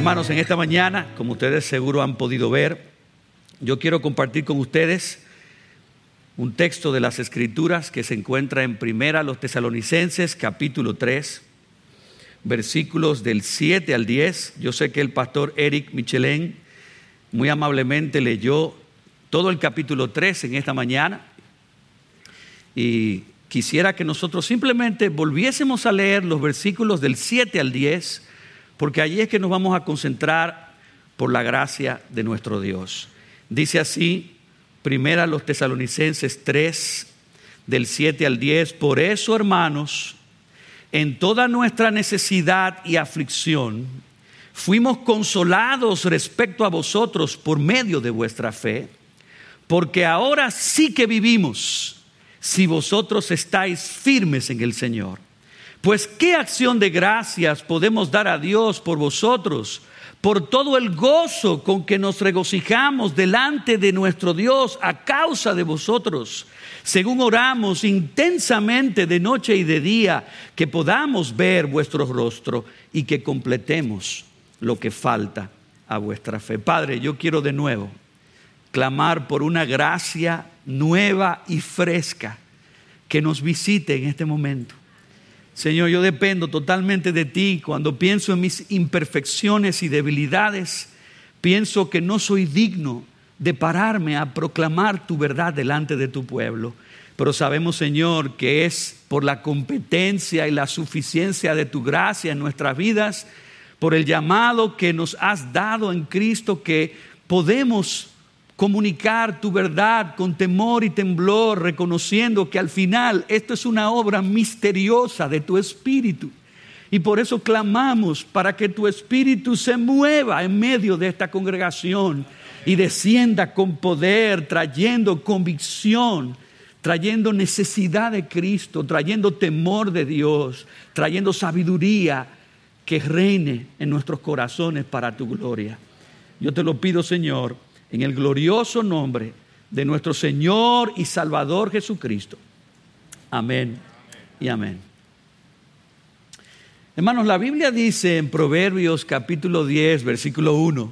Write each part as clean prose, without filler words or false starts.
Hermanos, en esta mañana, como ustedes seguro han podido ver, yo quiero compartir con ustedes un texto de las Escrituras que se encuentra en Primera los Tesalonicenses, capítulo 3, versículos del 7 al 10. Yo sé que el pastor Eric Michelén muy amablemente leyó todo el capítulo 3 en esta mañana y quisiera que nosotros simplemente volviésemos a leer los versículos del 7 al 10, porque allí es que nos vamos a concentrar por la gracia de nuestro Dios. Dice así, Primera los Tesalonicenses 3, del 7 al 10. Por eso, hermanos, en toda nuestra necesidad y aflicción, fuimos consolados respecto a vosotros por medio de vuestra fe, porque ahora sí que vivimos, si vosotros estáis firmes en el Señor. Pues qué acción de gracias podemos dar a Dios por vosotros, por todo el gozo con que nos regocijamos delante de nuestro Dios a causa de vosotros, según oramos intensamente de noche y de día, que podamos ver vuestro rostro y que completemos lo que falta a vuestra fe. Padre, yo quiero de nuevo clamar por una gracia nueva y fresca que nos visite en este momento. Señor, yo dependo totalmente de ti. Cuando pienso en mis imperfecciones y debilidades, pienso que no soy digno de pararme a proclamar tu verdad delante de tu pueblo. Pero sabemos, Señor, que es por la competencia y la suficiencia de tu gracia en nuestras vidas, por el llamado que nos has dado en Cristo, que podemos comunicar tu verdad con temor y temblor, reconociendo que al final esto es una obra misteriosa de tu Espíritu. Y por eso clamamos para que tu Espíritu se mueva en medio de esta congregación y descienda con poder, trayendo convicción, trayendo necesidad de Cristo, trayendo temor de Dios, trayendo sabiduría que reine en nuestros corazones para tu gloria. Yo te lo pido, Señor, en el glorioso nombre de nuestro Señor y Salvador Jesucristo. Amén y amén. Hermanos, la Biblia dice en Proverbios capítulo 10, versículo 1,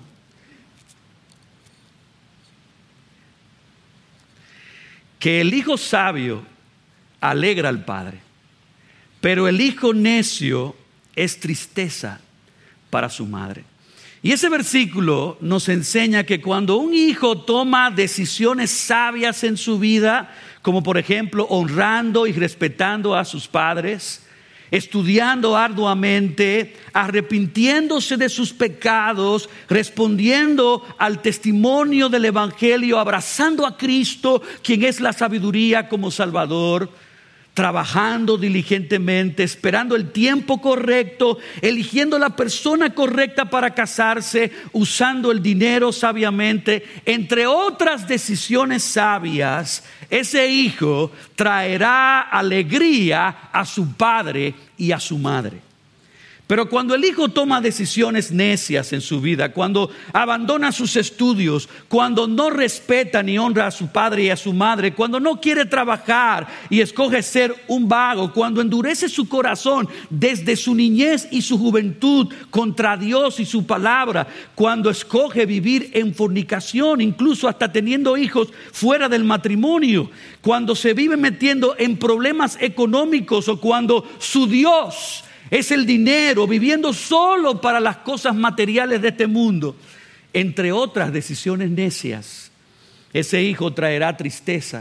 que el hijo sabio alegra al padre, pero el hijo necio es tristeza para su madre. Y ese versículo nos enseña que cuando un hijo toma decisiones sabias en su vida, como por ejemplo honrando y respetando a sus padres, estudiando arduamente, arrepintiéndose de sus pecados, respondiendo al testimonio del Evangelio, abrazando a Cristo, quien es la sabiduría como Salvador, trabajando diligentemente, esperando el tiempo correcto, eligiendo la persona correcta para casarse, usando el dinero sabiamente, entre otras decisiones sabias, ese hijo traerá alegría a su padre y a su madre. Pero cuando el hijo toma decisiones necias en su vida, cuando abandona sus estudios, cuando no respeta ni honra a su padre y a su madre, cuando no quiere trabajar y escoge ser un vago, cuando endurece su corazón desde su niñez y su juventud contra Dios y su palabra, cuando escoge vivir en fornicación, incluso hasta teniendo hijos fuera del matrimonio, cuando se vive metiendo en problemas económicos o cuando su Dios es el dinero, viviendo solo para las cosas materiales de este mundo, entre otras decisiones necias, ese hijo traerá tristeza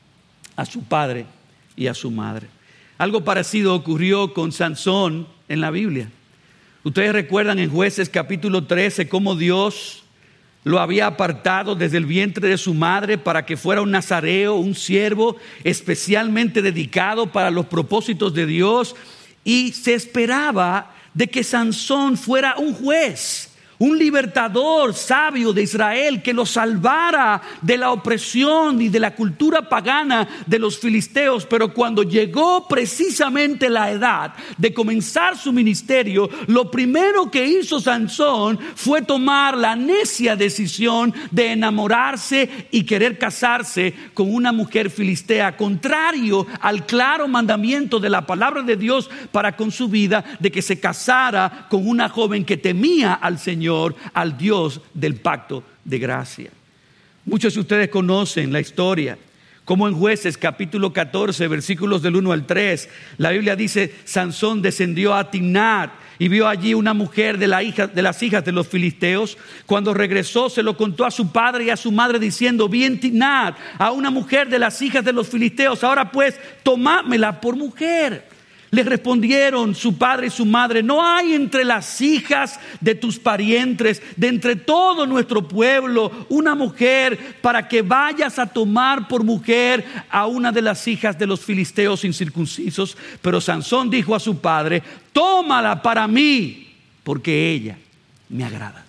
a su padre y a su madre. Algo parecido ocurrió con Sansón en la Biblia. Ustedes recuerdan en Jueces capítulo 13 cómo Dios lo había apartado desde el vientre de su madre para que fuera un nazareo, un siervo especialmente dedicado para los propósitos de Dios. Y se esperaba de que Sansón fuera un juez, un libertador sabio de Israel que lo salvara de la opresión y de la cultura pagana de los filisteos. Pero cuando llegó precisamente la edad de comenzar su ministerio, lo primero que hizo Sansón fue tomar la necia decisión de enamorarse y querer casarse con una mujer filistea, contrario al claro mandamiento de la palabra de Dios para con su vida, de que se casara con una joven que temía al Señor Señor, al Dios del pacto de gracia. Muchos de ustedes conocen la historia, como en Jueces capítulo 14, versículos del 1 al 3, la Biblia dice: Sansón descendió a Timnat y vio allí una mujer de las hijas de los filisteos. Cuando regresó, se lo contó a su padre y a su madre, diciendo: vi en Timnat a una mujer de las hijas de los filisteos, ahora pues tomámela por mujer. Le respondieron su padre y su madre: no hay entre las hijas de tus parientes, de entre todo nuestro pueblo, una mujer para que vayas a tomar por mujer a una de las hijas de los filisteos incircuncisos. Pero Sansón dijo a su padre: tómala para mí, porque ella me agrada.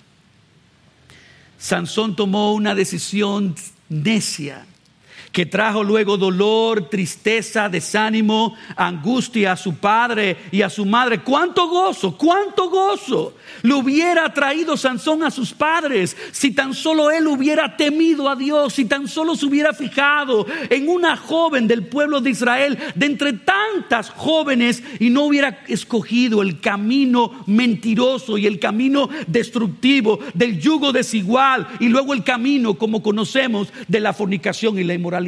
Sansón tomó una decisión necia que trajo luego dolor, tristeza, desánimo, angustia a su padre y a su madre. ¡Cuánto gozo le hubiera traído Sansón a sus padres si tan solo él hubiera temido a Dios, si tan solo se hubiera fijado en una joven del pueblo de Israel de entre tantas jóvenes y no hubiera escogido el camino mentiroso y el camino destructivo del yugo desigual y luego el camino, como conocemos, de la fornicación y la inmoralidad.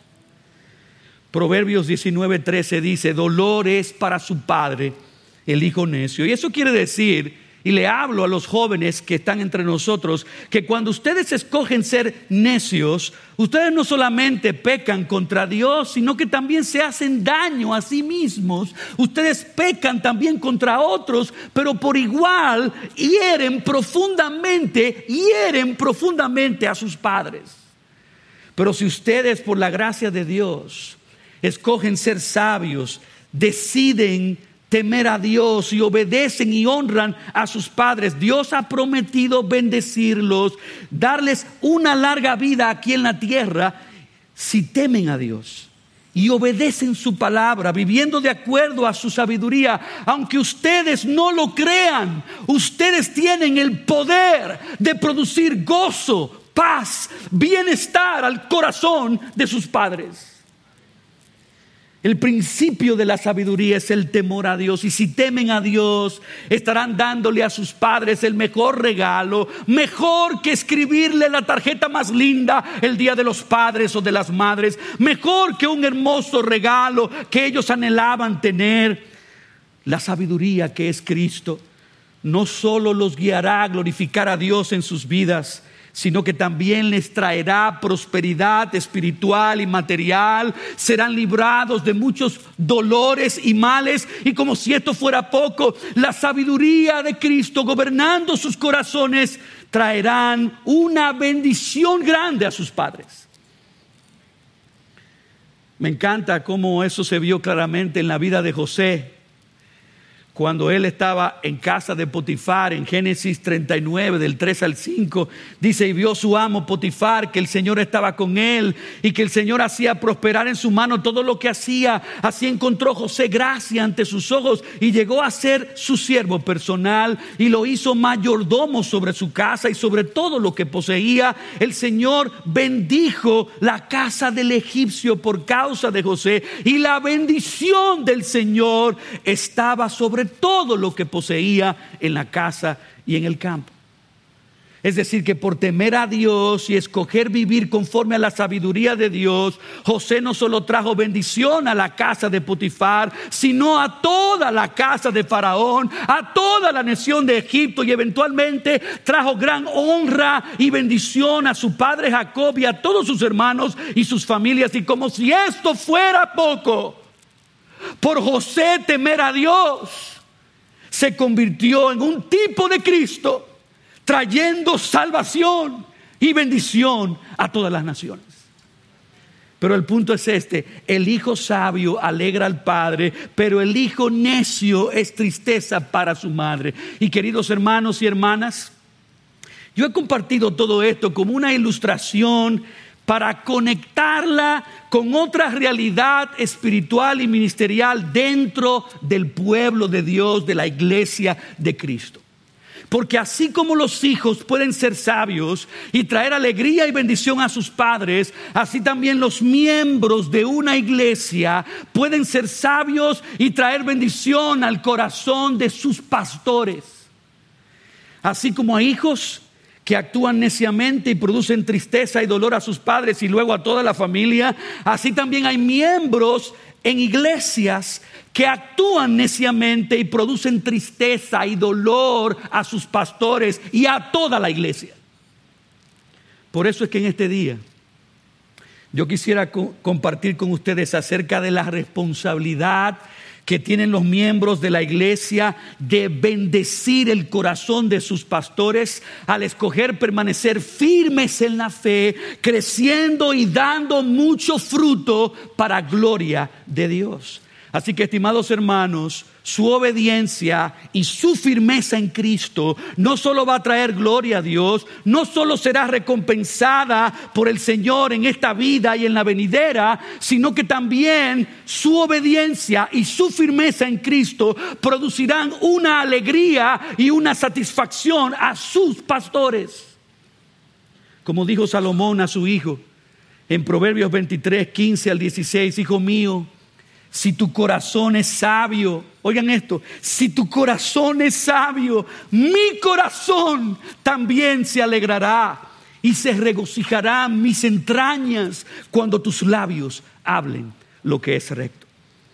Proverbios 19:13 dice: dolor es para su padre el hijo necio. Y eso quiere decir, y le hablo a los jóvenes que están entre nosotros, que cuando ustedes escogen ser necios, ustedes no solamente pecan contra Dios, sino que también se hacen daño a sí mismos. Ustedes pecan también contra otros, pero por igual hieren profundamente a sus padres. Pero si ustedes, por la gracia de Dios, escogen ser sabios, deciden temer a Dios y obedecen y honran a sus padres, Dios ha prometido bendecirlos, darles una larga vida aquí en la tierra si temen a Dios y obedecen su palabra, viviendo de acuerdo a su sabiduría. Aunque ustedes no lo crean, ustedes tienen el poder de producir gozo, paz, bienestar al corazón de sus padres. El principio de la sabiduría es el temor a Dios. Y si temen a Dios, estarán dándole a sus padres el mejor regalo, mejor que escribirle la tarjeta más linda el día de los padres o de las madres, mejor que un hermoso regalo que ellos anhelaban tener. La sabiduría, que es Cristo, no solo los guiará a glorificar a Dios en sus vidas, sino que también les traerá prosperidad espiritual y material. Serán librados de muchos dolores y males. Y como si esto fuera poco, la sabiduría de Cristo gobernando sus corazones traerán una bendición grande a sus padres. Me encanta cómo eso se vio claramente en la vida de José, cuando él estaba en casa de Potifar. En Génesis 39, del 3 al 5, dice: y vio su amo Potifar que el Señor estaba con él y que el Señor hacía prosperar en su mano todo lo que hacía. Así encontró José gracia ante sus ojos y llegó a ser su siervo personal y lo hizo mayordomo sobre su casa y sobre todo lo que poseía. El Señor bendijo la casa del egipcio por causa de José, y la bendición del Señor estaba sobre todo lo que poseía en la casa y en el campo. Es decir, que por temer a Dios y escoger vivir conforme a la sabiduría de Dios, José no solo trajo bendición a la casa de Potifar, sino a toda la casa de Faraón, a toda la nación de Egipto, y eventualmente trajo gran honra y bendición a su padre Jacob y a todos sus hermanos y sus familias. Y como si esto fuera poco, por José temer a Dios, se convirtió en un tipo de Cristo, trayendo salvación y bendición a todas las naciones. Pero el punto es este: el hijo sabio alegra al padre, pero el hijo necio es tristeza para su madre. Y queridos hermanos y hermanas, yo he compartido todo esto como una ilustración para conectarla con otra realidad espiritual y ministerial dentro del pueblo de Dios, de la iglesia de Cristo. Porque así como los hijos pueden ser sabios y traer alegría y bendición a sus padres, así también los miembros de una iglesia pueden ser sabios y traer bendición al corazón de sus pastores. Así como a hijos que actúan neciamente y producen tristeza y dolor a sus padres y luego a toda la familia, así también hay miembros en iglesias que actúan neciamente y producen tristeza y dolor a sus pastores y a toda la iglesia. Por eso es que en este día yo quisiera compartir con ustedes acerca de la responsabilidad que tienen los miembros de la iglesia de bendecir el corazón de sus pastores al escoger permanecer firmes en la fe, creciendo y dando mucho fruto para gloria de Dios. Así que, estimados hermanos, su obediencia y su firmeza en Cristo no solo va a traer gloria a Dios, no solo será recompensada por el Señor en esta vida y en la venidera, sino que también su obediencia y su firmeza en Cristo producirán una alegría y una satisfacción a sus pastores. Como dijo Salomón a su hijo en Proverbios 23, 15 al 16, hijo mío, si tu corazón es sabio, oigan esto, si tu corazón es sabio, mi corazón también se alegrará y se regocijarán mis entrañas cuando tus labios hablen lo que es recto.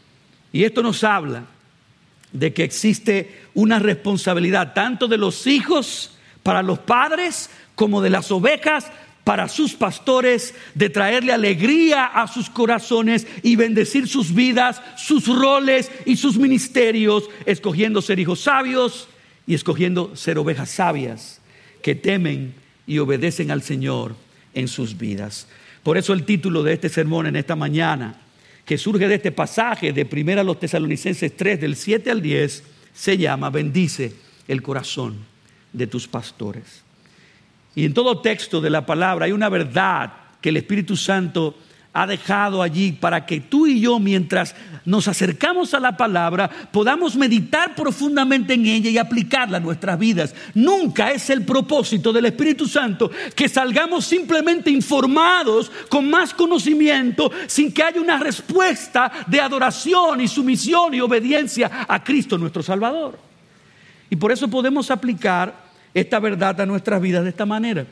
Y esto nos habla de que existe una responsabilidad tanto de los hijos para los padres como de las ovejas para sus pastores, de traerle alegría a sus corazones y bendecir sus vidas, sus roles y sus ministerios, escogiendo ser hijos sabios y escogiendo ser ovejas sabias que temen y obedecen al Señor en sus vidas. Por eso el título de este sermón en esta mañana, que surge de este pasaje de 1 Tesalonicenses 3, del 7 al 10, se llama Bendice el corazón de tus pastores. Y en todo texto de la palabra hay una verdad que el Espíritu Santo ha dejado allí para que tú y yo, mientras nos acercamos a la palabra, podamos meditar profundamente en ella y aplicarla a nuestras vidas. Nunca es el propósito del Espíritu Santo que salgamos simplemente informados, con más conocimiento, sin que haya una respuesta de adoración y sumisión y obediencia a Cristo nuestro Salvador. Y por eso podemos aplicar esta verdad a nuestras vidas de esta manera.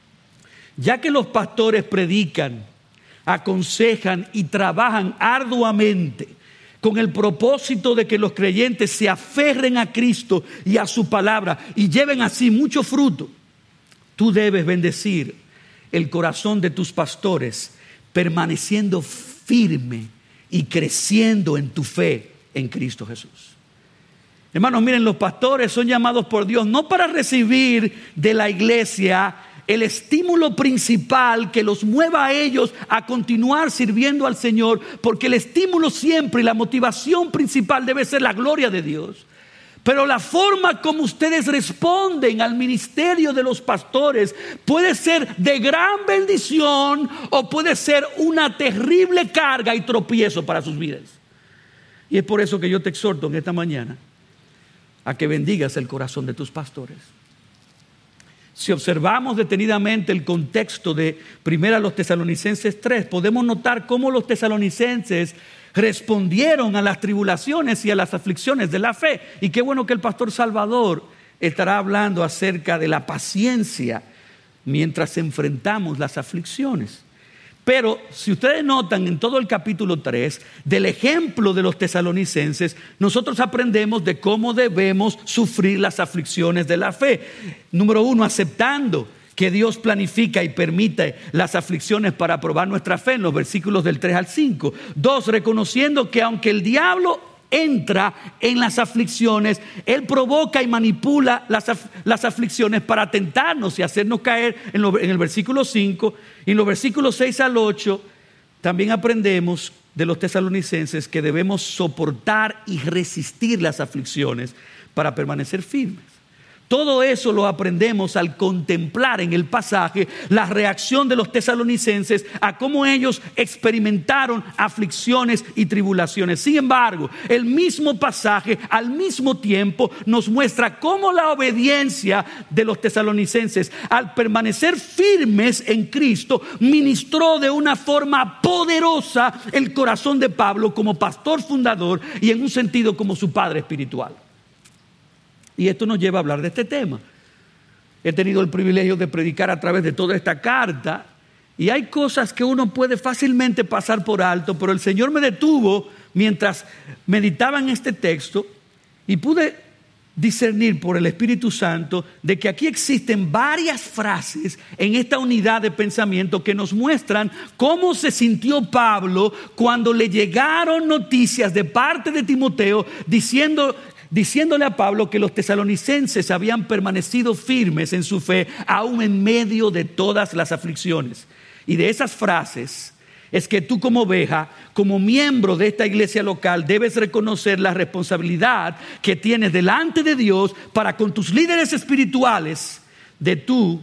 Ya que los pastores predican, aconsejan y trabajan arduamente con el propósito de que los creyentes se aferren a Cristo y a su palabra y lleven así mucho fruto, tú debes bendecir el corazón de tus pastores permaneciendo firme y creciendo en tu fe en Cristo Jesús. Hermanos, miren, los pastores son llamados por Dios no para recibir de la iglesia el estímulo principal que los mueva a ellos a continuar sirviendo al Señor, porque el estímulo siempre y la motivación principal debe ser la gloria de Dios. Pero la forma como ustedes responden al ministerio de los pastores puede ser de gran bendición o puede ser una terrible carga y tropiezo para sus vidas. Y es por eso que yo te exhorto en esta mañana a que bendigas el corazón de tus pastores. Si observamos detenidamente el contexto de 1 Tesalonicenses 3, podemos notar cómo los tesalonicenses respondieron a las tribulaciones y a las aflicciones de la fe. Y qué bueno que el pastor Salvador estará hablando acerca de la paciencia mientras enfrentamos las aflicciones. Pero si ustedes notan en todo el capítulo 3, del ejemplo de los tesalonicenses, nosotros aprendemos de cómo debemos sufrir las aflicciones de la fe. Número 1, aceptando que Dios planifica y permite las aflicciones para probar nuestra fe, en los versículos del 3 al 5. 2, reconociendo que aunque el diablo entra en las aflicciones, él provoca y manipula las aflicciones para tentarnos y hacernos caer en el versículo 5. Y en los versículos 6 al 8 también aprendemos de los tesalonicenses que debemos soportar y resistir las aflicciones para permanecer firmes. Todo eso lo aprendemos al contemplar en el pasaje la reacción de los tesalonicenses a cómo ellos experimentaron aflicciones y tribulaciones. Sin embargo, el mismo pasaje al mismo tiempo nos muestra cómo la obediencia de los tesalonicenses al permanecer firmes en Cristo ministró de una forma poderosa el corazón de Pablo como pastor fundador y en un sentido como su padre espiritual. Y esto nos lleva a hablar de este tema. he tenido el privilegio de predicar a través de toda esta carta y hay cosas que uno puede fácilmente pasar por alto, pero el Señor me detuvo mientras meditaba en este texto y pude discernir por el Espíritu Santo de que aquí existen varias frases en esta unidad de pensamiento que nos muestran cómo se sintió Pablo cuando le llegaron noticias de parte de Timoteo diciéndole a Pablo que los tesalonicenses habían permanecido firmes en su fe aún en medio de todas las aflicciones. Y de esas frases es que tú como oveja, como miembro de esta iglesia local, debes reconocer la responsabilidad que tienes delante de Dios para con tus líderes espirituales, de tú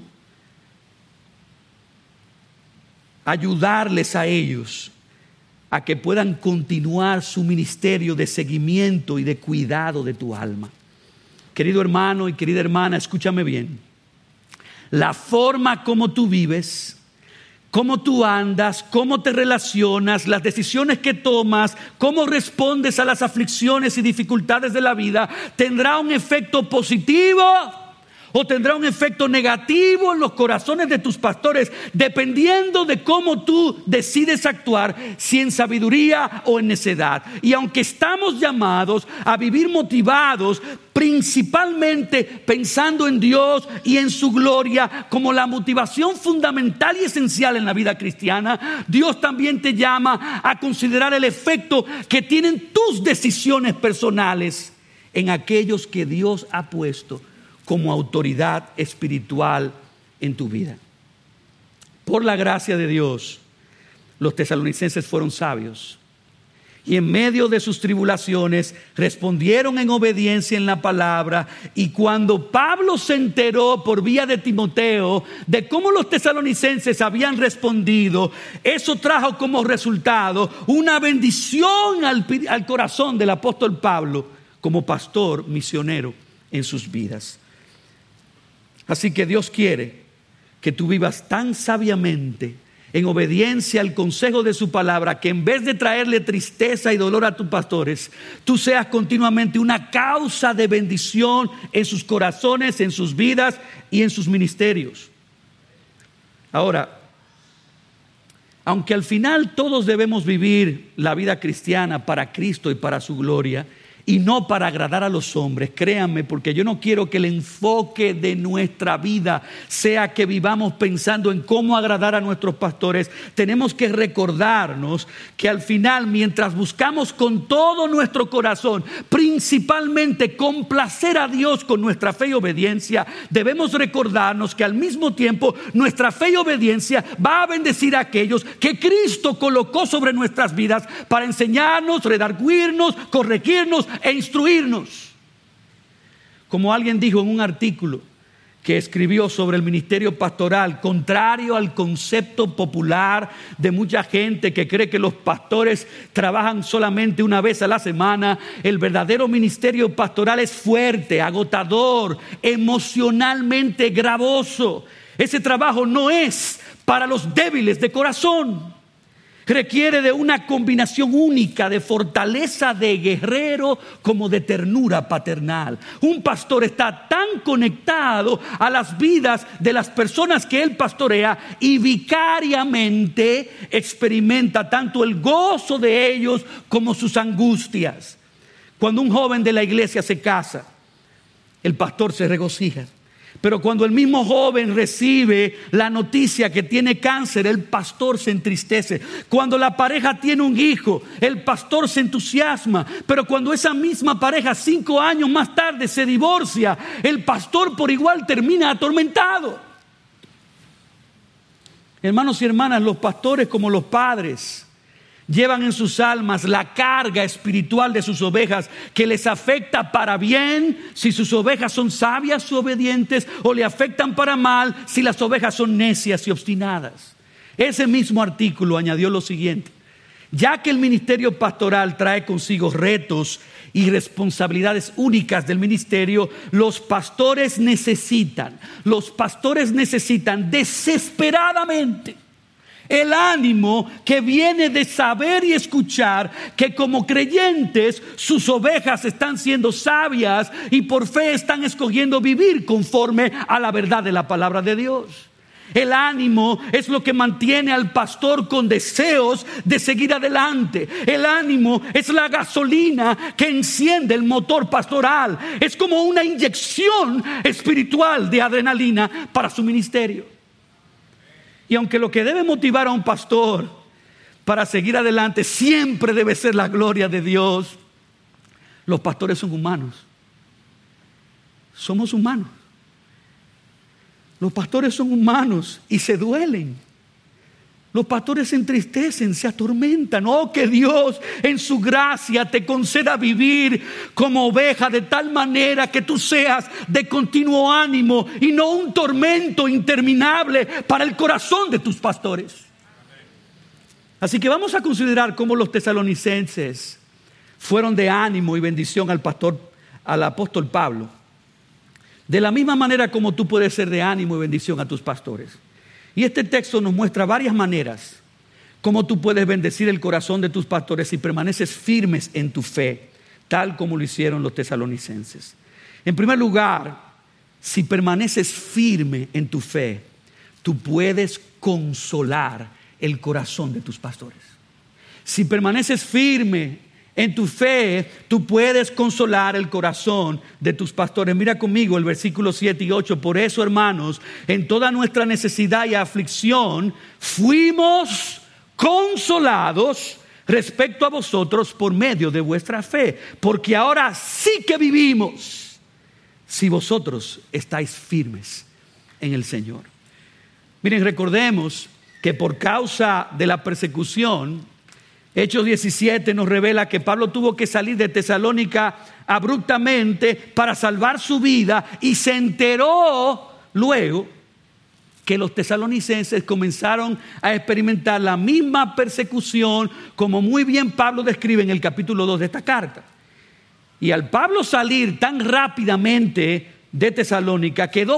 ayudarles a ellos a que puedan continuar su ministerio de seguimiento y de cuidado de tu alma. Querido hermano y querida hermana, escúchame bien. La forma como tú vives, cómo tú andas, cómo te relacionas, las decisiones que tomas, cómo respondes a las aflicciones y dificultades de la vida, tendrá un efecto positivo o tendrá un efecto negativo en los corazones de tus pastores, dependiendo de cómo tú decides actuar, si en sabiduría o en necedad. Y aunque estamos llamados a vivir motivados, principalmente pensando en Dios y en su gloria como la motivación fundamental y esencial en la vida cristiana, Dios también te llama a considerar el efecto que tienen tus decisiones personales en aquellos que Dios ha puesto como autoridad espiritual en tu vida. Por la gracia de Dios, los tesalonicenses fueron sabios y en medio de sus tribulaciones respondieron en obediencia en la palabra. Y cuando Pablo se enteró por vía de Timoteo de cómo los tesalonicenses habían respondido, eso trajo como resultado una bendición al corazón del apóstol Pablo como pastor misionero en sus vidas. Así que Dios quiere que tú vivas tan sabiamente en obediencia al consejo de su palabra, que en vez de traerle tristeza y dolor a tus pastores, tú seas continuamente una causa de bendición en sus corazones, en sus vidas y en sus ministerios. Ahora, aunque al final todos debemos vivir la vida cristiana para Cristo y para su gloria, y no para agradar a los hombres, créanme, porque yo no quiero que el enfoque de nuestra vida sea que vivamos pensando en cómo agradar a nuestros pastores. Tenemos que recordarnos que al final, mientras buscamos con todo nuestro corazón, principalmente complacer a Dios con nuestra fe y obediencia, debemos recordarnos que al mismo tiempo nuestra fe y obediencia va a bendecir a aquellos que Cristo colocó sobre nuestras vidas para enseñarnos, redarguirnos, corregirnos e instruirnos. Como alguien dijo en un artículo que escribió sobre el ministerio pastoral, contrario al concepto popular de mucha gente que cree que los pastores trabajan solamente una vez a la semana, el verdadero ministerio pastoral es fuerte, agotador, emocionalmente gravoso. Ese trabajo no es para los débiles de corazón. Requiere de una combinación única de fortaleza de guerrero como de ternura paternal. Un pastor está tan conectado a las vidas de las personas que él pastorea y vicariamente experimenta tanto el gozo de ellos como sus angustias. Cuando un joven de la iglesia se casa, el pastor se regocija. Pero cuando el mismo joven recibe la noticia que tiene cáncer, el pastor se entristece. Cuando la pareja tiene un hijo, el pastor se entusiasma. Pero cuando esa misma pareja 5 años más tarde se divorcia, el pastor por igual termina atormentado. Hermanos y hermanas, los pastores como los padres llevan en sus almas la carga espiritual de sus ovejas que les afecta para bien si sus ovejas son sabias y obedientes, o le afectan para mal si las ovejas son necias y obstinadas. Ese mismo artículo añadió lo siguiente: ya que el ministerio pastoral trae consigo retos y responsabilidades únicas del ministerio, los pastores necesitan desesperadamente el ánimo que viene de saber y escuchar que como creyentes sus ovejas están siendo sabias y por fe están escogiendo vivir conforme a la verdad de la palabra de Dios. El ánimo es lo que mantiene al pastor con deseos de seguir adelante. El ánimo es la gasolina que enciende el motor pastoral. Es como una inyección espiritual de adrenalina para su ministerio. Y aunque lo que debe motivar a un pastor para seguir adelante siempre debe ser la gloria de Dios, los pastores son humanos. Somos humanos. Los pastores son humanos y se duelen. Los pastores se entristecen, se atormentan. Oh, que Dios en su gracia te conceda vivir como oveja de tal manera que tú seas de continuo ánimo y no un tormento interminable para el corazón de tus pastores. Así que vamos a considerar cómo los tesalonicenses fueron de ánimo y bendición al apóstol Pablo. De la misma manera como tú puedes ser de ánimo y bendición a tus pastores. Y este texto nos muestra varias maneras cómo tú puedes bendecir el corazón de tus pastores si permaneces firmes en tu fe, tal como lo hicieron los tesalonicenses. En primer lugar, si permaneces firme en tu fe, tú puedes consolar el corazón de tus pastores. Si permaneces firme en tu fe, tú puedes consolar el corazón de tus pastores. Mira conmigo el versículo 7 y 8. Por eso, hermanos, en toda nuestra necesidad y aflicción, fuimos consolados respecto a vosotros por medio de vuestra fe. Porque ahora sí que vivimos si vosotros estáis firmes en el Señor. Miren, recordemos que por causa de la persecución, Hechos 17 nos revela que Pablo tuvo que salir de Tesalónica abruptamente para salvar su vida y se enteró luego que los tesalonicenses comenzaron a experimentar la misma persecución como muy bien Pablo describe en el capítulo 2 de esta carta. Y al Pablo salir tan rápidamente de Tesalónica, quedó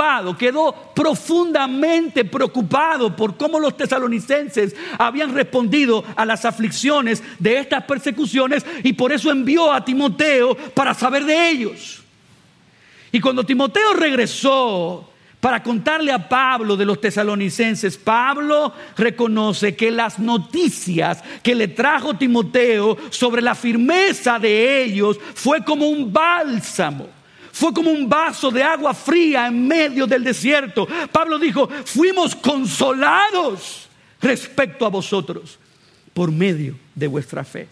profundamente preocupado por cómo los tesalonicenses habían respondido a las aflicciones de estas persecuciones y por eso envió a Timoteo para saber de ellos. Y cuando Timoteo regresó para contarle a Pablo de los tesalonicenses, Pablo reconoce que las noticias que le trajo Timoteo sobre la firmeza de ellos fue como un bálsamo. Fue como un vaso de agua fría en medio del desierto. Pablo dijo, fuimos consolados respecto a vosotros por medio de vuestra fe.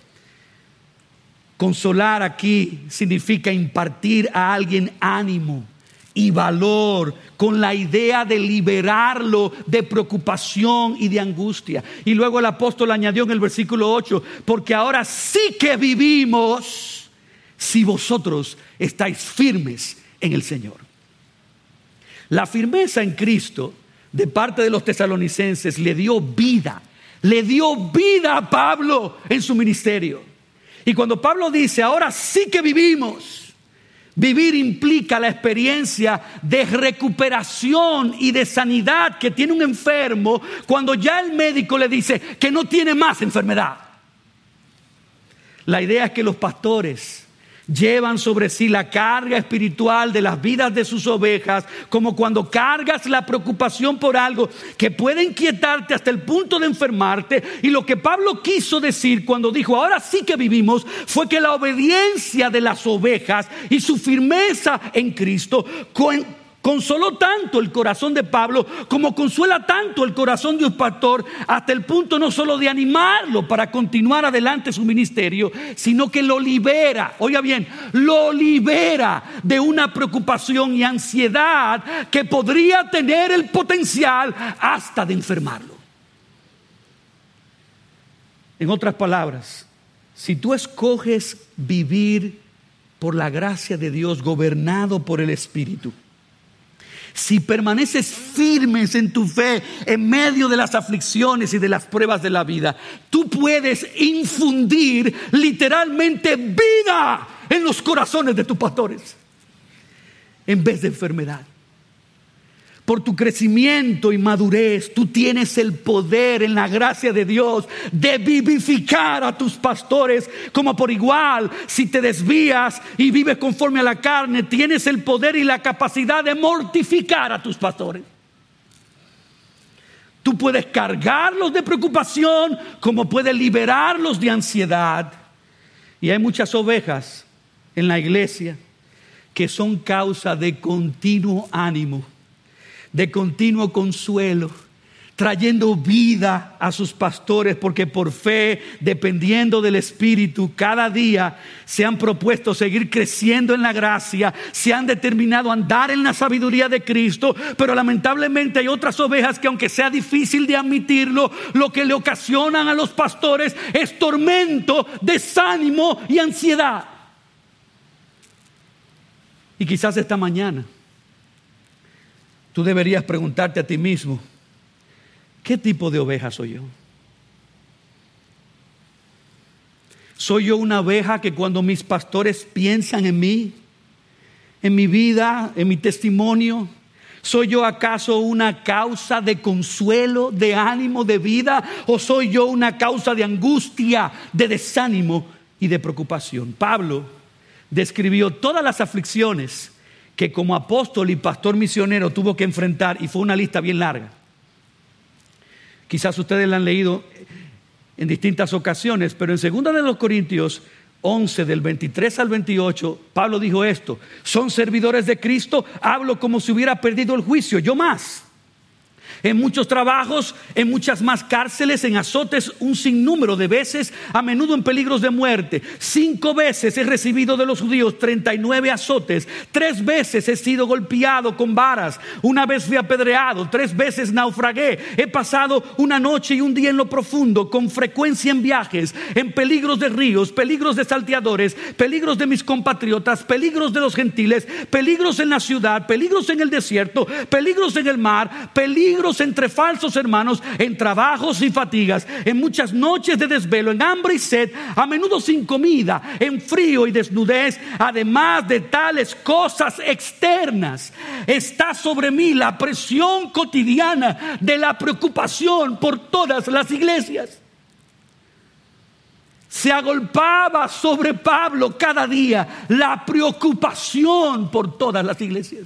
Consolar aquí significa impartir a alguien ánimo y valor con la idea de liberarlo de preocupación y de angustia. Y luego el apóstol añadió en el versículo 8, porque ahora sí que vivimos si vosotros estáis firmes en el Señor. La firmeza en Cristo de parte de los tesalonicenses le dio vida a Pablo en su ministerio. Y cuando Pablo dice, ahora sí que vivimos, vivir implica la experiencia de recuperación y de sanidad que tiene un enfermo cuando ya el médico le dice que no tiene más enfermedad. La idea es que los pastores llevan sobre sí la carga espiritual de las vidas de sus ovejas, como cuando cargas la preocupación por algo que puede inquietarte hasta el punto de enfermarte. Y lo que Pablo quiso decir cuando dijo, ahora sí que vivimos, fue que la obediencia de las ovejas y su firmeza en Cristo consoló tanto el corazón de Pablo como consuela tanto el corazón de un pastor, hasta el punto no solo de animarlo para continuar adelante su ministerio, sino que lo libera, oiga bien, lo libera de una preocupación y ansiedad que podría tener el potencial hasta de enfermarlo. En otras palabras, si tú escoges vivir por la gracia de Dios, gobernado por el Espíritu, si permaneces firmes en tu fe en medio de las aflicciones y de las pruebas de la vida, tú puedes infundir literalmente vida en los corazones de tus pastores en vez de enfermedad. por tu crecimiento y madurez, tú tienes el poder en la gracia de Dios de vivificar a tus pastores como por igual. Si te desvías y vives conforme a la carne, tienes el poder y la capacidad de mortificar a tus pastores. Tú puedes cargarlos de preocupación como puedes liberarlos de ansiedad. Y hay muchas ovejas en la iglesia que son causa de continuo ánimo, de continuo consuelo, trayendo vida a sus pastores, porque por fe, dependiendo del Espíritu, cada día se han propuesto seguir creciendo en la gracia, se han determinado a andar en la sabiduría de Cristo. Pero lamentablemente hay otras ovejas que, aunque sea difícil de admitirlo, lo que le ocasionan a los pastores es tormento, desánimo y ansiedad. Y quizás esta mañana tú deberías preguntarte a ti mismo: ¿qué tipo de oveja soy yo? ¿Soy yo una oveja que cuando mis pastores piensan en mí, en mi vida, en mi testimonio, soy yo acaso una causa de consuelo, de ánimo, de vida? ¿O soy yo una causa de angustia, de desánimo y de preocupación? Pablo describió todas las aflicciones que como apóstol y pastor misionero tuvo que enfrentar, y fue una lista bien larga. Quizás ustedes la han leído en distintas ocasiones, pero en 2 Corintios 11, del 23 al 28, Pablo dijo esto: son servidores de Cristo, hablo como si hubiera perdido el juicio, yo más. En muchos trabajos, en muchas más cárceles, en azotes un sinnúmero de veces, a menudo en peligros de muerte. 5 veces he recibido de los judíos 39 azotes. 3 veces he sido golpeado con varas. 1 vez fui apedreado. 3 veces naufragué. He pasado una noche y un día en lo profundo, con frecuencia en viajes, en peligros de ríos, peligros de salteadores, peligros de mis compatriotas, peligros de los gentiles, peligros en la ciudad, peligros en el desierto, peligros en el mar, peligros entre falsos hermanos, en trabajos y fatigas, en muchas noches de desvelo, en hambre y sed, a menudo sin comida, en frío y desnudez. Además de tales cosas externas, está sobre mí la presión cotidiana de la preocupación por todas las iglesias. Se agolpaba sobre Pablo cada día la preocupación por todas las iglesias.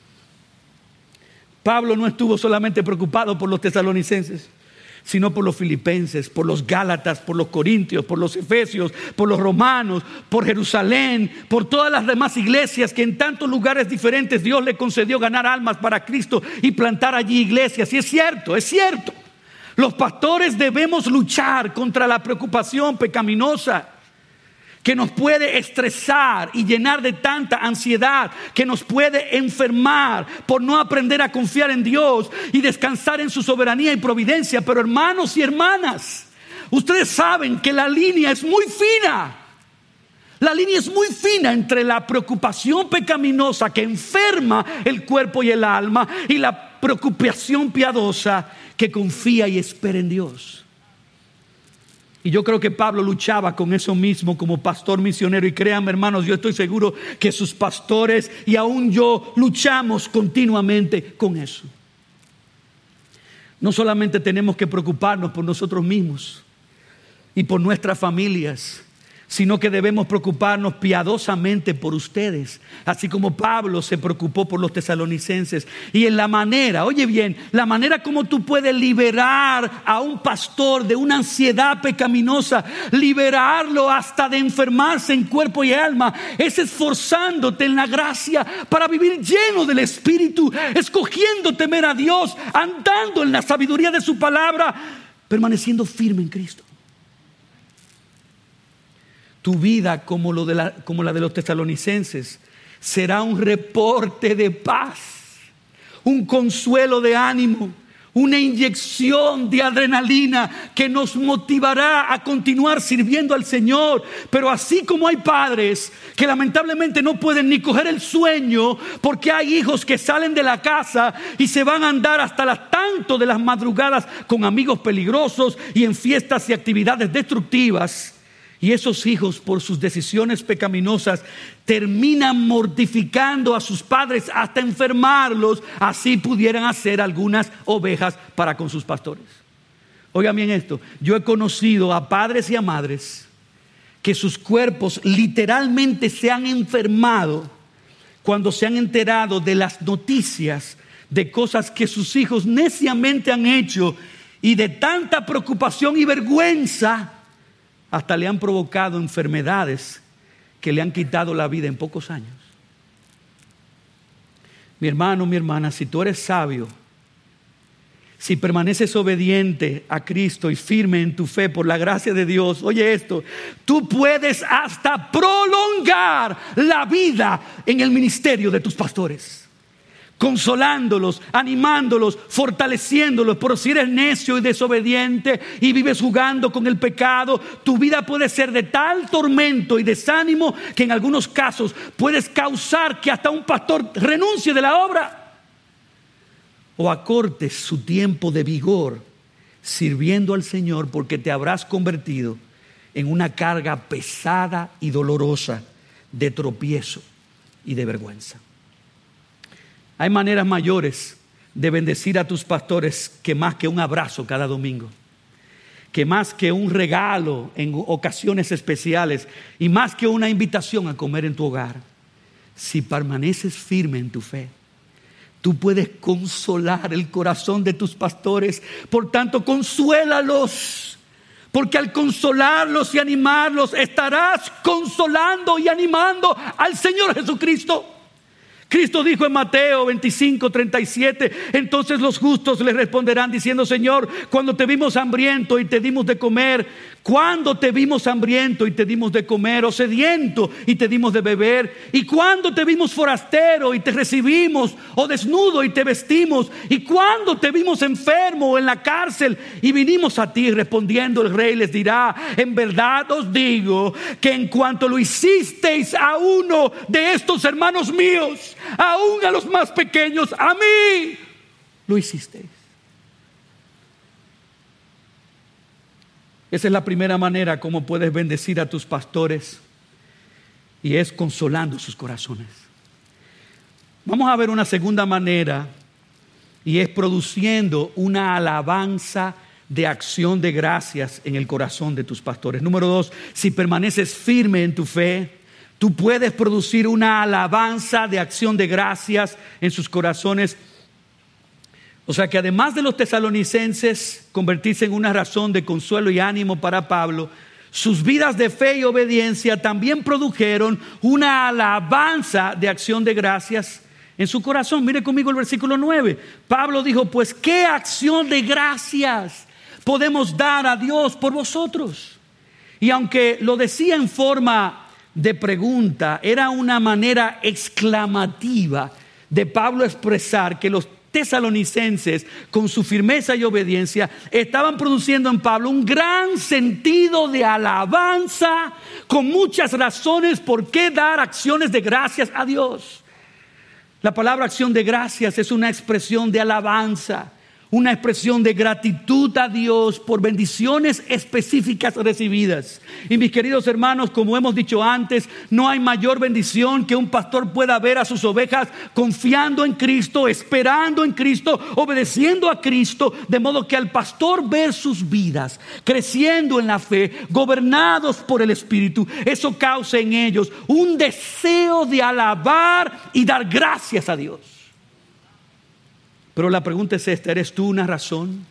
Pablo no estuvo solamente preocupado por los tesalonicenses, sino por los filipenses, por los gálatas, por los corintios, por los efesios, por los romanos, por Jerusalén, por todas las demás iglesias que en tantos lugares diferentes Dios le concedió ganar almas para Cristo y plantar allí iglesias. Y es cierto, es cierto. Los pastores debemos luchar contra la preocupación pecaminosa que nos puede estresar y llenar de tanta ansiedad, que nos puede enfermar por no aprender a confiar en Dios y descansar en su soberanía y providencia. Pero hermanos y hermanas, ustedes saben que la línea es muy fina. La línea es muy fina entre la preocupación pecaminosa que enferma el cuerpo y el alma y la preocupación piadosa que confía y espera en Dios. Y yo creo que Pablo luchaba con eso mismo como pastor misionero. Y créanme, hermanos, yo estoy seguro que sus pastores y aún yo luchamos continuamente con eso. No solamente tenemos que preocuparnos por nosotros mismos y por nuestras familias, sino que debemos preocuparnos piadosamente por ustedes, así como Pablo se preocupó por los tesalonicenses. Y en la manera, oye bien, la manera como tú puedes liberar a un pastor de una ansiedad pecaminosa, liberarlo hasta de enfermarse en cuerpo y alma, es esforzándote en la gracia para vivir lleno del Espíritu, escogiendo temer a Dios, andando en la sabiduría de su palabra, permaneciendo firme en Cristo. Tu vida, como la de los tesalonicenses, será un reporte de paz, un consuelo de ánimo, una inyección de adrenalina que nos motivará a continuar sirviendo al Señor. Pero así como hay padres que lamentablemente no pueden ni coger el sueño porque hay hijos que salen de la casa y se van a andar hasta las tanto de las madrugadas con amigos peligrosos y en fiestas y actividades destructivas, Y esos hijos, por sus decisiones pecaminosas, terminan mortificando a sus padres hasta enfermarlos, así pudieran hacer algunas ovejas para con sus pastores. Oigan bien esto, yo he conocido a padres y a madres que sus cuerpos literalmente se han enfermado cuando se han enterado de las noticias de cosas que sus hijos neciamente han hecho, y de tanta preocupación y vergüenza hasta le han provocado enfermedades que le han quitado la vida en pocos años. Mi hermano, mi hermana, si tú eres sabio, si permaneces obediente a Cristo y firme en tu fe por la gracia de Dios, oye esto, tú puedes hasta prolongar la vida en el ministerio de tus pastores, consolándolos, animándolos, fortaleciéndolos. Pero si eres necio y desobediente y vives jugando con el pecado, tu vida puede ser de tal tormento y desánimo que en algunos casos puedes causar que hasta un pastor renuncie de la obra o acortes su tiempo de vigor sirviendo al Señor, porque te habrás convertido en una carga pesada y dolorosa de tropiezo y de vergüenza. Hay maneras mayores de bendecir a tus pastores que más que un abrazo cada domingo, que más que un regalo en ocasiones especiales y más que una invitación a comer en tu hogar. Si permaneces firme en tu fe, tú puedes consolar el corazón de tus pastores. Por tanto, consuélalos, porque al consolarlos y animarlos estarás consolando y animando al Señor Jesucristo. Cristo dijo en Mateo 25:37, entonces los justos le responderán diciendo: Señor, cuando te vimos hambriento y te dimos de comer, cuando te vimos hambriento y te dimos de comer, o sediento y te dimos de beber, y cuando te vimos forastero y te recibimos, o desnudo y te vestimos, y cuando te vimos enfermo o en la cárcel y vinimos a ti. Respondiendo el rey les dirá: en verdad os digo que en cuanto lo hicisteis a uno de estos hermanos míos, aún a los más pequeños, a mí lo hicisteis. Esa es la primera manera como puedes bendecir a tus pastores, y es consolando sus corazones. Vamos a ver una segunda manera, y es produciendo una alabanza de acción de gracias en el corazón de tus pastores. Número 2, si permaneces firme en tu fe, tú puedes producir una alabanza de acción de gracias en sus corazones. O sea que además de los tesalonicenses convertirse en una razón de consuelo y ánimo para Pablo, sus vidas de fe y obediencia también produjeron una alabanza de acción de gracias en su corazón. Mire conmigo el versículo 9. Pablo dijo: pues qué acción de gracias podemos dar a Dios por vosotros. Y aunque lo decía en forma de pregunta, era una manera exclamativa de Pablo expresar que los tesalonicenses, con su firmeza y obediencia, estaban produciendo en Pablo un gran sentido de alabanza, con muchas razones por qué dar acciones de gracias a Dios. La palabra acción de gracias es una expresión de alabanza, una expresión de gratitud a Dios por bendiciones específicas recibidas. Y mis queridos hermanos, como hemos dicho antes, no hay mayor bendición que un pastor pueda ver a sus ovejas confiando en Cristo, esperando en Cristo, obedeciendo a Cristo, de modo que al pastor ver sus vidas creciendo en la fe, gobernados por el Espíritu, eso causa en ellos un deseo de alabar y dar gracias a Dios. Pero la pregunta es esta: ¿eres tú una razón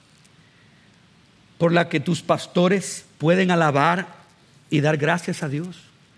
por la que tus pastores pueden alabar y dar gracias a Dios?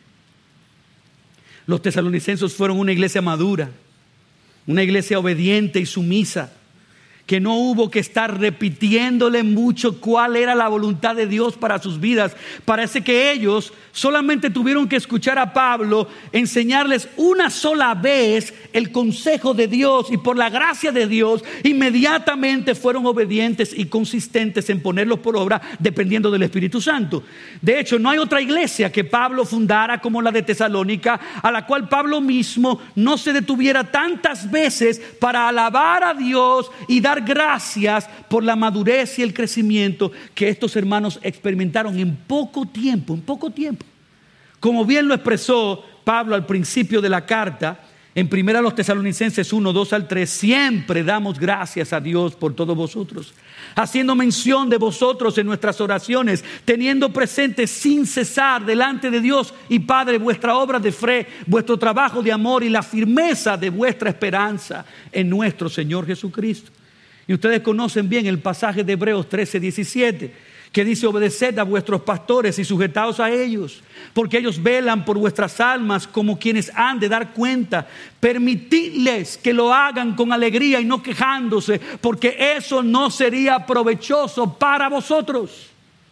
Los tesalonicenses fueron una iglesia madura, una iglesia obediente y sumisa, que no hubo que estar repitiéndole mucho cuál era la voluntad de Dios para sus vidas. Parece que ellos solamente tuvieron que escuchar a Pablo enseñarles una sola vez el consejo de Dios, y por la gracia de Dios inmediatamente fueron obedientes y consistentes en ponerlos por obra, dependiendo del Espíritu Santo. De hecho, no hay otra iglesia que Pablo fundara como la de Tesalónica, a la cual Pablo mismo no se detuviera tantas veces para alabar a Dios y dar dar gracias por la madurez y el crecimiento que estos hermanos experimentaron en poco tiempo. Como bien lo expresó Pablo al principio de la carta, en 1 Tesalonicenses 1, 2 al 3, siempre damos gracias a Dios por todos vosotros, haciendo mención de vosotros en nuestras oraciones, teniendo presente sin cesar delante de Dios y Padre vuestra obra de fe, vuestro trabajo de amor y la firmeza de vuestra esperanza en nuestro Señor Jesucristo. Y ustedes conocen bien el pasaje de Hebreos 13, 17, que dice: obedeced a vuestros pastores y sujetaos a ellos, porque ellos velan por vuestras almas como quienes han de dar cuenta. Permitidles que lo hagan con alegría y no quejándose, porque eso no sería provechoso para vosotros.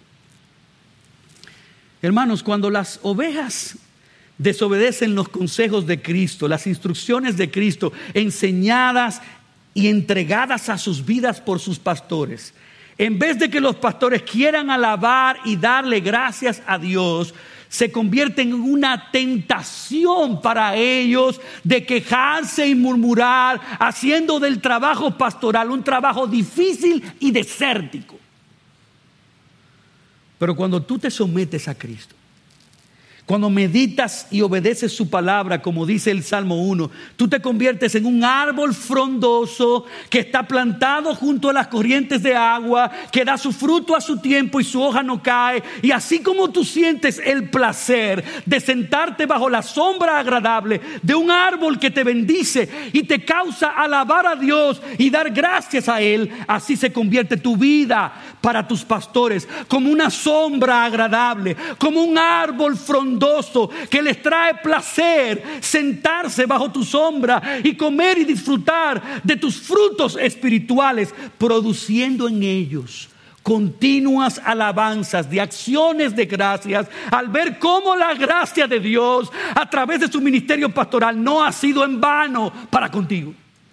Hermanos, cuando las ovejas desobedecen los consejos de Cristo, las instrucciones de Cristo, enseñadas y entregadas a sus vidas por sus pastores, en vez de que los pastores quieran alabar y darle gracias a Dios, se convierten en una tentación para ellos de quejarse y murmurar, haciendo del trabajo pastoral un trabajo difícil y desértico. Pero cuando tú te sometes a Cristo, cuando meditas y obedeces su palabra, como dice el Salmo 1, tú te conviertes en un árbol frondoso que está plantado junto a las corrientes de agua, que da su fruto a su tiempo y su hoja no cae. Y así como tú sientes el placer de sentarte bajo la sombra agradable de un árbol que te bendice y te causa alabar a Dios y dar gracias a Él, así se convierte tu vida para tus pastores, como una sombra agradable, como un árbol frondoso que les trae placer sentarse bajo tu sombra y comer y disfrutar de tus frutos espirituales, produciendo en ellos continuas alabanzas de acciones de gracias, al ver cómo la gracia de Dios a través de su ministerio pastoral no ha sido en vano para contigo.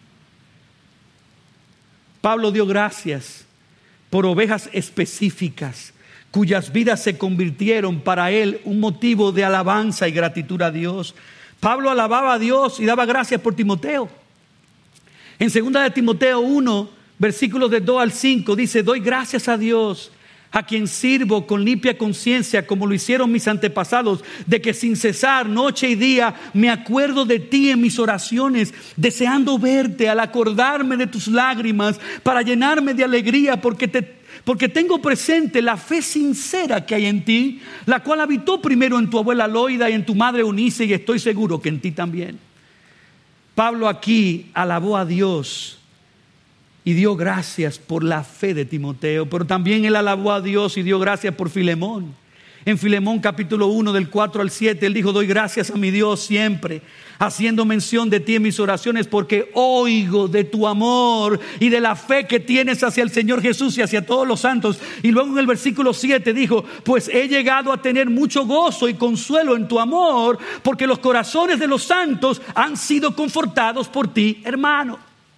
Pablo dio gracias por ovejas específicas cuyas vidas se convirtieron para él un motivo de alabanza y gratitud a Dios. Pablo alababa a Dios y daba gracias por Timoteo. En 2 de Timoteo 1, versículos de 2 al 5, dice: doy gracias a Dios, a quien sirvo con limpia conciencia, como lo hicieron mis antepasados, de que sin cesar noche y día me acuerdo de ti en mis oraciones, deseando verte al acordarme de tus lágrimas, para llenarme de alegría, porque tengo presente la fe sincera que hay en ti, la cual habitó primero en tu abuela Loida y en tu madre Eunice, y estoy seguro que en ti también. Pablo aquí alabó a Dios y dio gracias por la fe de Timoteo, pero también él alabó a Dios y dio gracias por Filemón. En Filemón capítulo 1 del 4 al 7 él dijo: doy gracias a mi Dios siempre, haciendo mención de ti en mis oraciones, porque oigo de tu amor y de la fe que tienes hacia el Señor Jesús y hacia todos los santos. Y luego en el versículo 7 dijo: pues he llegado a tener mucho gozo y consuelo en tu amor, porque los corazones de los santos han sido confortados por ti, hermano.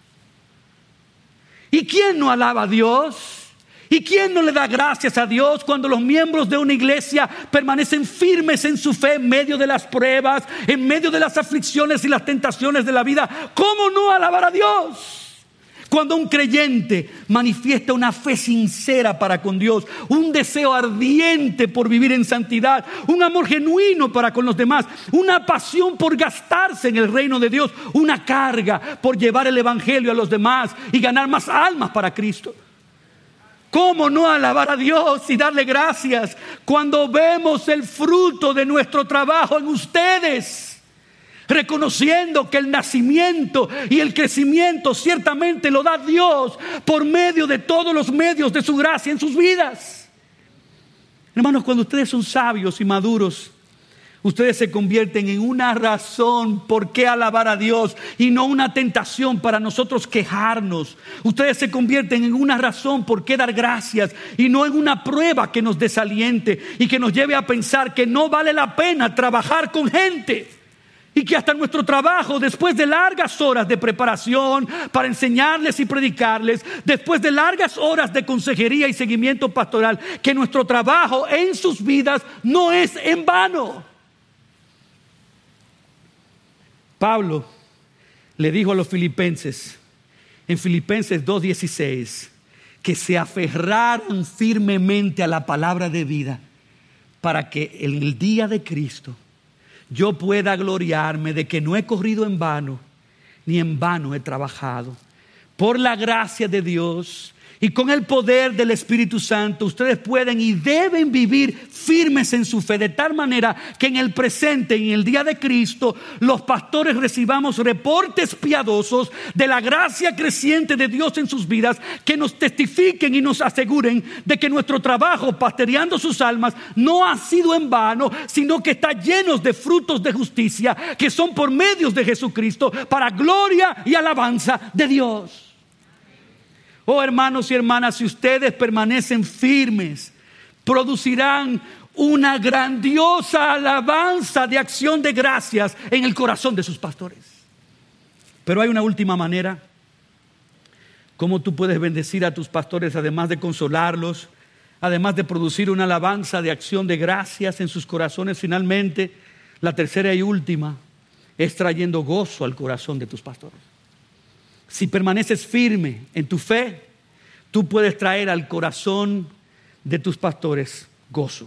¿Y quién no alaba a Dios? ¿Y quién no le da gracias a Dios cuando los miembros de una iglesia permanecen firmes en su fe en medio de las pruebas, en medio de las aflicciones y las tentaciones de la vida? ¿Cómo no alabar a Dios? Cuando un creyente manifiesta una fe sincera para con Dios, un deseo ardiente por vivir en santidad, un amor genuino para con los demás, una pasión por gastarse en el reino de Dios, una carga por llevar el evangelio a los demás y ganar más almas para Cristo. ¿Cómo no alabar a Dios y darle gracias cuando vemos el fruto de nuestro trabajo en ustedes? Reconociendo que el nacimiento y el crecimiento ciertamente lo da Dios por medio de todos los medios de su gracia en sus vidas. Hermanos, cuando ustedes son sabios y maduros, ustedes se convierten en una razón por qué alabar a Dios y no una tentación para nosotros quejarnos. Ustedes se convierten en una razón por qué dar gracias y no en una prueba que nos desaliente y que nos lleve a pensar que no vale la pena trabajar con gente. Y que hasta nuestro trabajo, después de largas horas de preparación para enseñarles y predicarles, después de largas horas de consejería y seguimiento pastoral, que nuestro trabajo en sus vidas no es en vano. Pablo le dijo a los filipenses: en Filipenses 2:16, que se aferraran firmemente a la palabra de vida, para que en el día de Cristo yo pueda gloriarme de que no he corrido en vano, ni en vano he trabajado. Por la gracia de Dios y con el poder del Espíritu Santo, ustedes pueden y deben vivir firmes en su fe, de tal manera que en el presente, en el día de Cristo, los pastores recibamos reportes piadosos de la gracia creciente de Dios en sus vidas, que nos testifiquen y nos aseguren de que nuestro trabajo pastoreando sus almas no ha sido en vano, sino que está lleno de frutos de justicia, que son por medios de Jesucristo, para gloria y alabanza de Dios. Oh, hermanos y hermanas, si ustedes permanecen firmes, producirán una grandiosa alabanza de acción de gracias en el corazón de sus pastores. Pero hay una última manera cómo tú puedes bendecir a tus pastores, además de consolarlos, además de producir una alabanza de acción de gracias en sus corazones. Finalmente, la tercera y última es trayendo gozo al corazón de tus pastores. Si permaneces firme en tu fe, tú puedes traer al corazón de tus pastores gozo.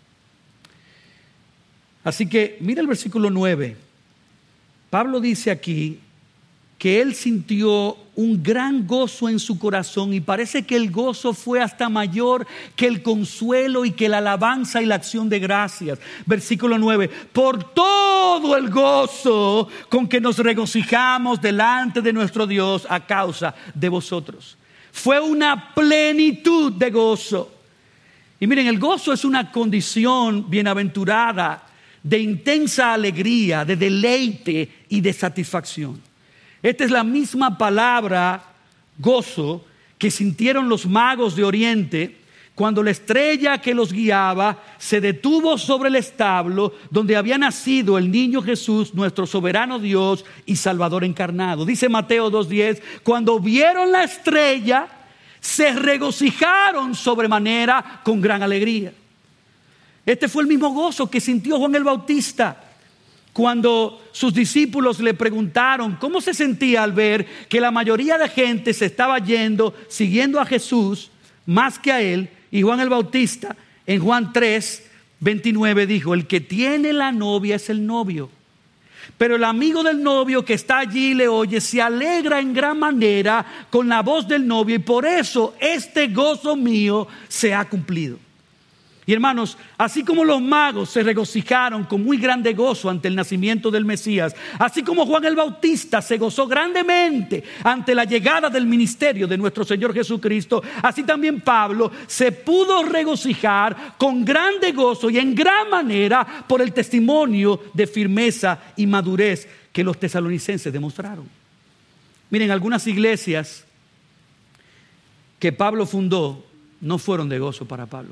Así que mira el versículo 9. Pablo dice aquí que él sintió un gran gozo en su corazón, y parece que el gozo fue hasta mayor que el consuelo y que la alabanza y la acción de gracias. Versículo 9: por todo el gozo con que nos regocijamos delante de nuestro Dios a causa de vosotros. Fue una plenitud de gozo. Y miren, el gozo es una condición bienaventurada de intensa alegría, de deleite y de satisfacción. Esta es la misma palabra gozo que sintieron los magos de Oriente cuando la estrella que los guiaba se detuvo sobre el establo donde había nacido el niño Jesús, nuestro soberano Dios y Salvador encarnado. Dice Mateo 2:10, cuando vieron la estrella se regocijaron sobremanera con gran alegría. Este fue el mismo gozo que sintió Juan el Bautista cuando sus discípulos le preguntaron cómo se sentía al ver que la mayoría de gente se estaba yendo, siguiendo a Jesús más que a él. Y Juan el Bautista en Juan 3:29 dijo: el que tiene la novia es el novio, pero el amigo del novio que está allí le oye, se alegra en gran manera con la voz del novio, y por eso este gozo mío se ha cumplido. Y hermanos, así como los magos se regocijaron con muy grande gozo ante el nacimiento del Mesías, así como Juan el Bautista se gozó grandemente ante la llegada del ministerio de nuestro Señor Jesucristo, así también Pablo se pudo regocijar con grande gozo y en gran manera por el testimonio de firmeza y madurez que los tesalonicenses demostraron. Miren, algunas iglesias que Pablo fundó no fueron de gozo para Pablo.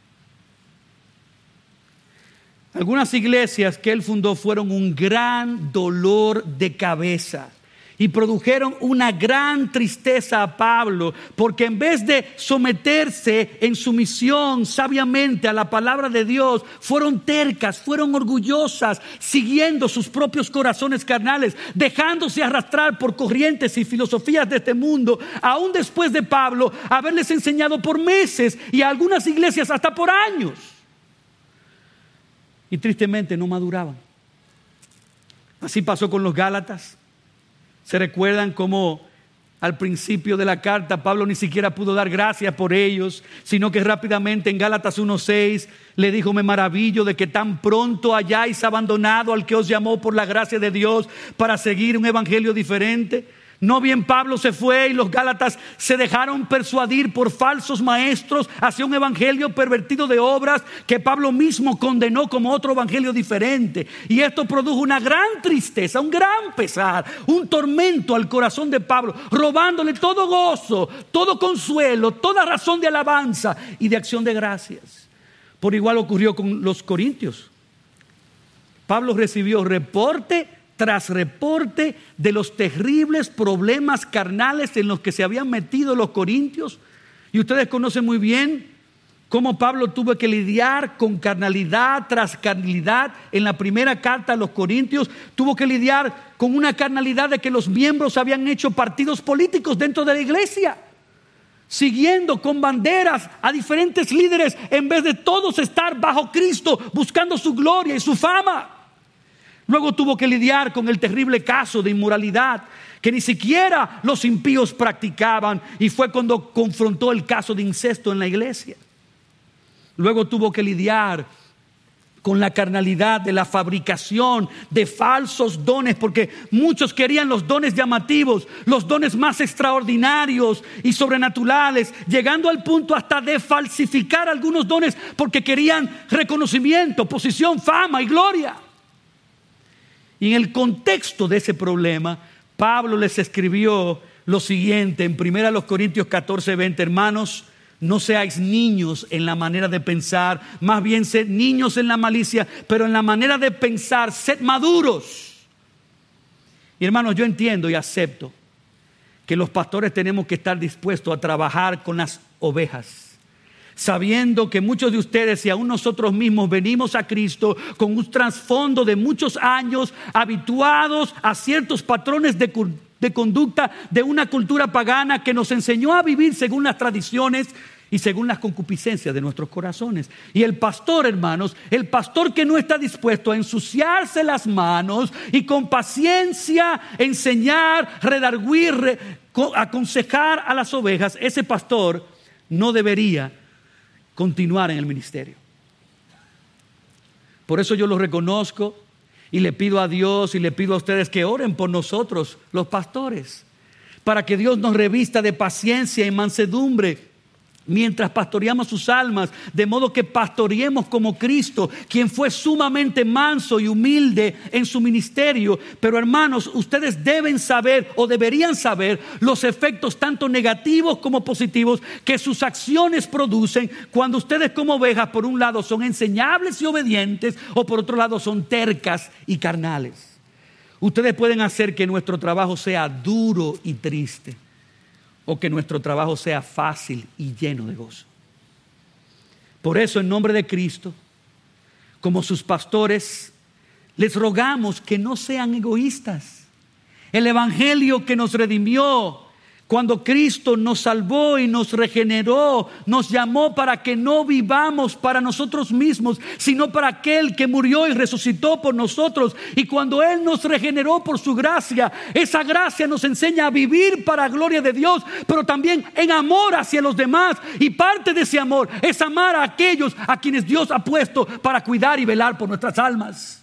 Algunas iglesias que él fundó fueron un gran dolor de cabeza y produjeron una gran tristeza a Pablo, porque en vez de someterse en sumisión sabiamente a la palabra de Dios, fueron tercas, fueron orgullosas, siguiendo sus propios corazones carnales, dejándose arrastrar por corrientes y filosofías de este mundo, aún después de Pablo haberles enseñado por meses y a algunas iglesias hasta por años. Y tristemente no maduraban. Así pasó con los Gálatas. ¿Se recuerdan cómo al principio de la carta Pablo ni siquiera pudo dar gracias por ellos, sino que rápidamente en Gálatas 1:6 le dijo: me maravillo de que tan pronto hayáis abandonado al que os llamó por la gracia de Dios para seguir un evangelio diferente? No bien Pablo se fue y los Gálatas se dejaron persuadir por falsos maestros hacia un evangelio pervertido de obras que Pablo mismo condenó como otro evangelio diferente. Y esto produjo una gran tristeza, un gran pesar, un tormento al corazón de Pablo, robándole todo gozo, todo consuelo, toda razón de alabanza y de acción de gracias. Por igual ocurrió con los corintios. Pablo recibió reporte tras reporte de los terribles problemas carnales en los que se habían metido los corintios. Y ustedes conocen muy bien Cómo Pablo tuvo que lidiar con carnalidad tras carnalidad. En la primera carta a los Corintios tuvo que lidiar con una carnalidad de que los miembros habían hecho partidos políticos dentro de la iglesia, siguiendo con banderas a diferentes líderes en vez de todos estar bajo Cristo buscando su gloria y su fama. Luego tuvo que lidiar con el terrible caso de inmoralidad que ni siquiera los impíos practicaban, y fue cuando confrontó el caso de incesto en la iglesia. Luego tuvo que lidiar con la carnalidad de la fabricación de falsos dones, porque muchos querían los dones llamativos, los dones más extraordinarios y sobrenaturales, llegando al punto hasta de falsificar algunos dones porque querían reconocimiento, posición, fama y gloria. Y en el contexto de ese problema, Pablo les escribió lo siguiente en 1 Corintios 14:20: hermanos, no seáis niños en la manera de pensar, más bien sed niños en la malicia, pero en la manera de pensar sed maduros. Y hermanos, yo entiendo y acepto que los pastores tenemos que estar dispuestos a trabajar con las ovejas, sabiendo que muchos de ustedes y aún nosotros mismos venimos a Cristo con un trasfondo de muchos años habituados a ciertos patrones de conducta de una cultura pagana que nos enseñó a vivir según las tradiciones y según las concupiscencias de nuestros corazones. Y el pastor, hermanos, el pastor que no está dispuesto a ensuciarse las manos y con paciencia enseñar, redarguir, aconsejar a las ovejas, ese pastor no debería continuar en el ministerio. Por eso yo lo reconozco y le pido a Dios y le pido a ustedes que oren por nosotros, los pastores, para que Dios nos revista de paciencia y mansedumbre mientras pastoreamos sus almas, de modo que pastoreemos como Cristo, quien fue sumamente manso y humilde en su ministerio. Pero hermanos, ustedes deben saber o deberían saber los efectos tanto negativos como positivos que sus acciones producen cuando ustedes como ovejas por un lado son enseñables y obedientes, o por otro lado son tercas y carnales. Ustedes pueden hacer que nuestro trabajo sea duro y triste, o que nuestro trabajo sea fácil y lleno de gozo. Por eso, en nombre de Cristo, como sus pastores, les rogamos que no sean egoístas. El evangelio que nos redimió cuando Cristo nos salvó y nos regeneró, nos llamó para que no vivamos para nosotros mismos, sino para aquel que murió y resucitó por nosotros. Y cuando Él nos regeneró por su gracia, esa gracia nos enseña a vivir para la gloria de Dios, pero también en amor hacia los demás. Y parte de ese amor es amar a aquellos a quienes Dios ha puesto para cuidar y velar por nuestras almas.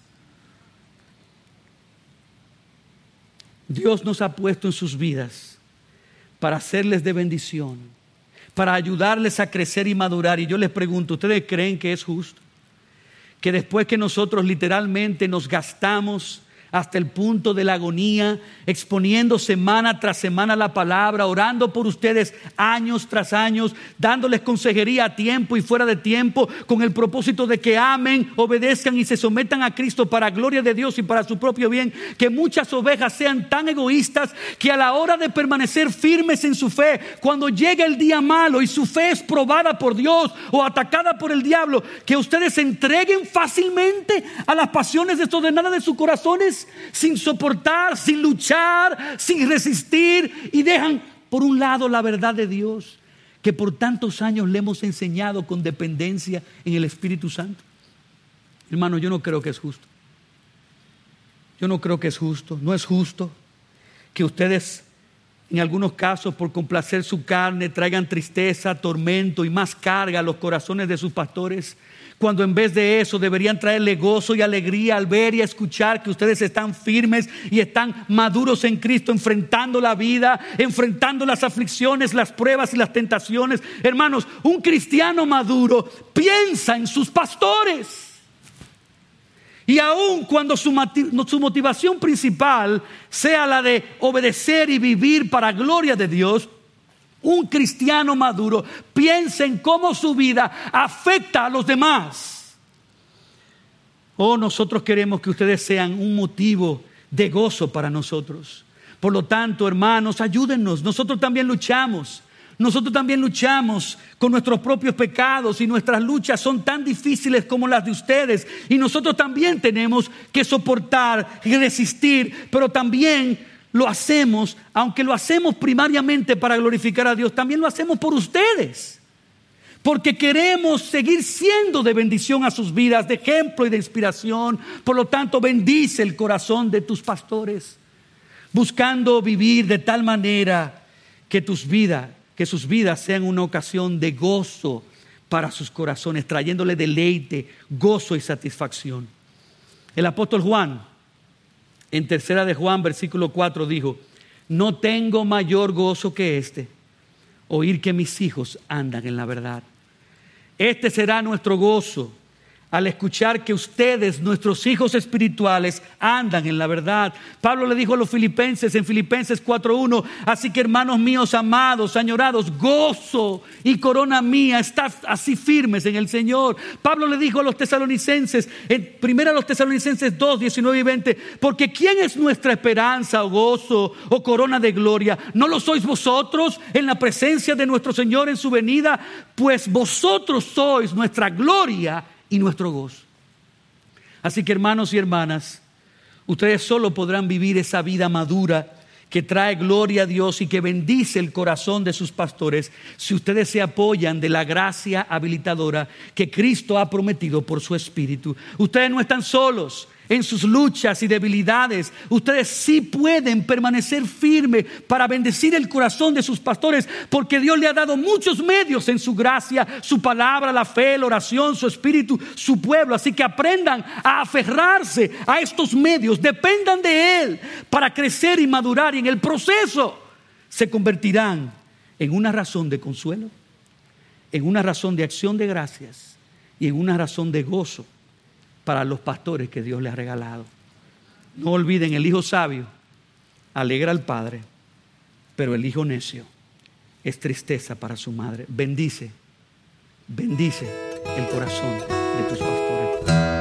Dios nos ha puesto en sus vidas para hacerles de bendición, para ayudarles a crecer y madurar. Y yo les pregunto, ¿ustedes creen que es justo que después que nosotros literalmente nos gastamos hasta el punto de la agonía, exponiendo semana tras semana la palabra, orando por ustedes años tras años, dándoles consejería a tiempo y fuera de tiempo, con el propósito de que amen, obedezcan y se sometan a Cristo para gloria de Dios y para su propio bien, que muchas ovejas sean tan egoístas que a la hora de permanecer firmes en su fe, cuando llega el día malo y su fe es probada por Dios o atacada por el diablo, que ustedes se entreguen fácilmente a las pasiones desordenadas de sus corazones, sin soportar, sin luchar, sin resistir, y dejan por un lado la verdad de Dios que por tantos años le hemos enseñado con dependencia en el Espíritu Santo. Hermano, yo no creo que es justo. Yo no creo que es justo. No es justo que ustedes, en algunos casos, por complacer su carne, traigan tristeza, tormento y más carga a los corazones de sus pastores, cuando en vez de eso deberían traerle gozo y alegría al ver y a escuchar que ustedes están firmes y están maduros en Cristo, enfrentando la vida, enfrentando las aflicciones, las pruebas y las tentaciones. Hermanos, un cristiano maduro piensa en sus pastores. Y aun cuando su motivación principal sea la de obedecer y vivir para gloria de Dios, un cristiano maduro piensa en cómo su vida afecta a los demás. Nosotros queremos que ustedes sean un motivo de gozo para nosotros. Por lo tanto, hermanos, ayúdennos. Nosotros también luchamos. Nosotros también luchamos con nuestros propios pecados y nuestras luchas son tan difíciles como las de ustedes. Y nosotros también tenemos que soportar y resistir, pero también lo hacemos, aunque lo hacemos primariamente para glorificar a Dios, también lo hacemos por ustedes. Porque queremos seguir siendo de bendición a sus vidas, de ejemplo y de inspiración. Por lo tanto, bendice el corazón de tus pastores, buscando vivir de tal manera que sus vidas sean una ocasión de gozo para sus corazones, trayéndole deleite, gozo y satisfacción. El apóstol Juan, en 3 de Juan, versículo 4, dijo: no tengo mayor gozo que este, oír que mis hijos andan en la verdad. Este será nuestro gozo, al escuchar que ustedes, nuestros hijos espirituales, andan en la verdad. Pablo le dijo a los filipenses en Filipenses 4:1: así que, hermanos míos amados, añorados, gozo y corona mía, estad así firmes en el Señor. Pablo le dijo a los tesalonicenses en 1 Tesalonicenses 2:19 y 20: porque ¿quién es nuestra esperanza o gozo o corona de gloria? ¿No lo sois vosotros en la presencia de nuestro Señor en su venida? Pues vosotros sois nuestra gloria y nuestro gozo. Así que, hermanos y hermanas, ustedes solo podrán vivir esa vida madura que trae gloria a Dios y que bendice el corazón de sus pastores si ustedes se apoyan de la gracia habilitadora que Cristo ha prometido por su Espíritu. Ustedes no están solos en sus luchas y debilidades. Ustedes sí pueden permanecer firmes para bendecir el corazón de sus pastores, porque Dios le ha dado muchos medios en su gracia: su palabra, la fe, la oración, su espíritu, su pueblo. Así que aprendan a aferrarse a estos medios, dependan de Él para crecer y madurar, y en el proceso se convertirán en una razón de consuelo, en una razón de acción de gracias y en una razón de gozo para los pastores que Dios les ha regalado. No olviden, el hijo sabio alegra al padre, pero el hijo necio es tristeza para su madre. Bendice el corazón de tus pastores.